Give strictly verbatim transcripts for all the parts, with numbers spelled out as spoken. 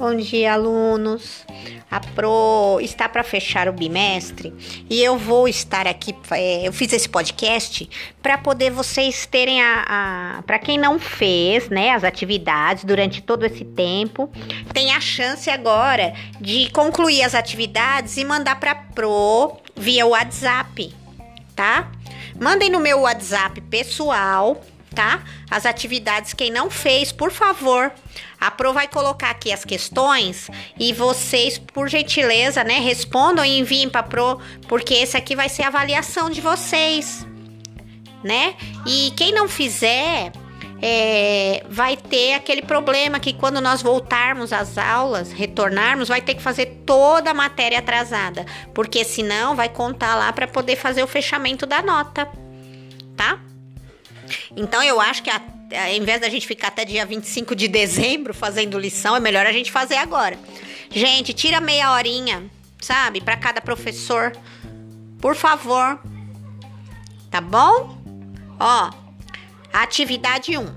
Bom dia, alunos. A Pro está para fechar o bimestre e eu vou estar aqui. É, eu fiz esse podcast para poder vocês terem a, a para quem não fez, né, as atividades durante todo esse tempo, tem a chance agora de concluir as atividades e mandar para a Pro via WhatsApp, tá? Mandem no meu WhatsApp pessoal, tá? As atividades, quem não fez, por favor. A Pro vai colocar aqui as questões e vocês, por gentileza, né, respondam e enviem para a Pro, porque esse aqui vai ser a avaliação de vocês, né? E quem não fizer, é, vai ter aquele problema que quando nós voltarmos às aulas, retornarmos, vai ter que fazer toda a matéria atrasada, porque senão vai contar lá para poder fazer o fechamento da nota, tá? Então, eu acho que a, a, ao invés da gente ficar até dia vinte e cinco de dezembro fazendo lição, é melhor a gente fazer agora. Gente, tira meia horinha, sabe? Para cada professor, por favor. Tá bom? Ó, atividade um.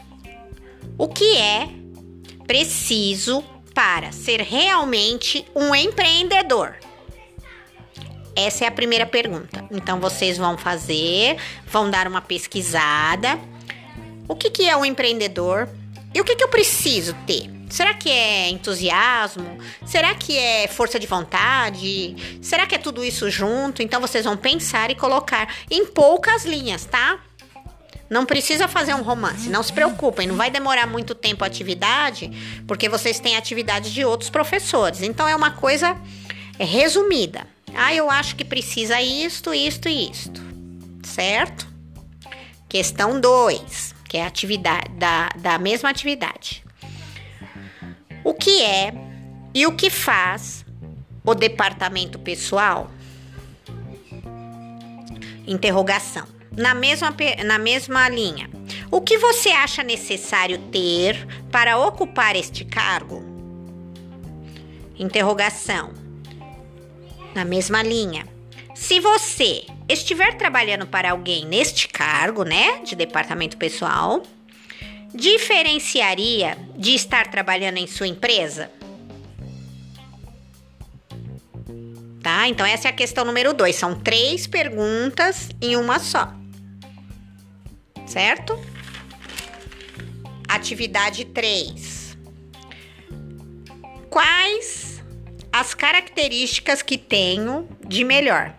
O que é preciso para ser realmente um empreendedor? Essa é a primeira pergunta. Então, vocês vão fazer, vão dar uma pesquisada. O que, que é um empreendedor? E o que, que eu preciso ter? Será que é entusiasmo? Será que é força de vontade? Será que é tudo isso junto? Então, vocês vão pensar e colocar em poucas linhas, tá? Não precisa fazer um romance, não se preocupem. Não vai demorar muito tempo a atividade, porque vocês têm atividade de outros professores. Então, é uma coisa resumida. Ah, eu acho que precisa isto, isto e isto, certo? Questão dois, que é a atividade, da, da mesma atividade. O que é e o que faz o departamento pessoal? Interrogação. Na mesma, na mesma linha. O que você acha necessário ter para ocupar este cargo? Interrogação. Na mesma linha. Se você estiver trabalhando para alguém neste cargo, né, de departamento pessoal, diferenciaria de estar trabalhando em sua empresa? Tá? Então, essa é a questão número dois. São três perguntas em uma só. Certo? Atividade três. Quais as características que tenho de melhor?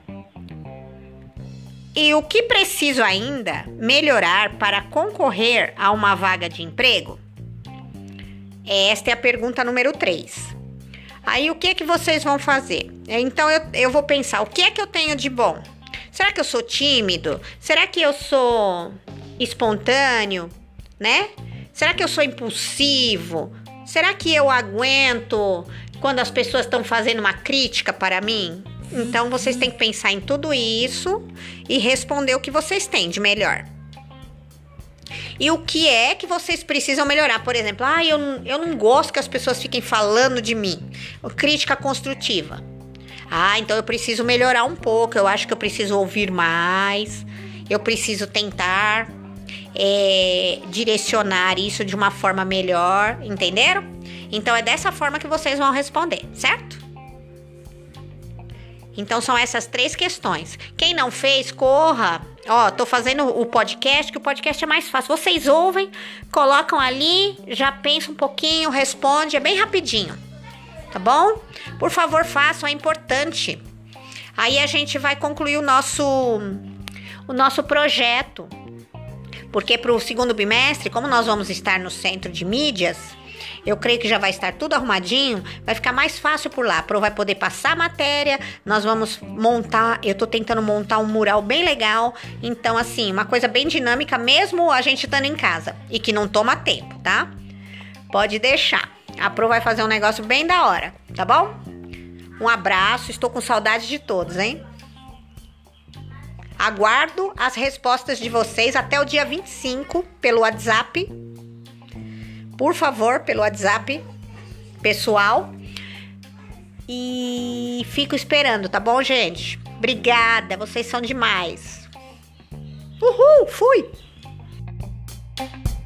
E o que preciso ainda melhorar para concorrer a uma vaga de emprego? Esta é a pergunta número três. Aí, o que é que vocês vão fazer? Então, eu, eu vou pensar, o que é que eu tenho de bom? Será que eu sou tímido? Será que eu sou espontâneo? Né? Será que eu sou impulsivo? Será que eu aguento quando as pessoas estão fazendo uma crítica para mim? Então, vocês têm que pensar em tudo isso e responder o que vocês têm de melhor. E o que é que vocês precisam melhorar? Por exemplo, ah, eu, eu não gosto que as pessoas fiquem falando de mim. Crítica construtiva. Ah, então eu preciso melhorar um pouco. Eu acho que eu preciso ouvir mais. Eu preciso tentar é, direcionar isso de uma forma melhor. Entenderam? Então, é dessa forma que vocês vão responder, certo? Então, são essas três questões. Quem não fez, corra. Ó, tô fazendo o podcast, que o podcast é mais fácil. Vocês ouvem, colocam ali, já pensa um pouquinho, responde. É bem rapidinho, tá bom? Por favor, façam, é importante. Aí, a gente vai concluir o nosso, o nosso projeto. Porque para o segundo bimestre, como nós vamos estar no centro de mídias, eu creio que já vai estar tudo arrumadinho, vai ficar mais fácil por lá. A Pro vai poder passar a matéria, nós vamos montar, eu tô tentando montar um mural bem legal. Então, assim, uma coisa bem dinâmica, mesmo a gente estando em casa. E que não toma tempo, tá? Pode deixar. A Pro vai fazer um negócio bem da hora, tá bom? Um abraço, estou com saudade de todos, hein? Aguardo as respostas de vocês até o dia vinte e cinco pelo WhatsApp. Por favor, pelo WhatsApp pessoal. E fico esperando, tá bom, gente? Obrigada, vocês são demais. Uhul, fui!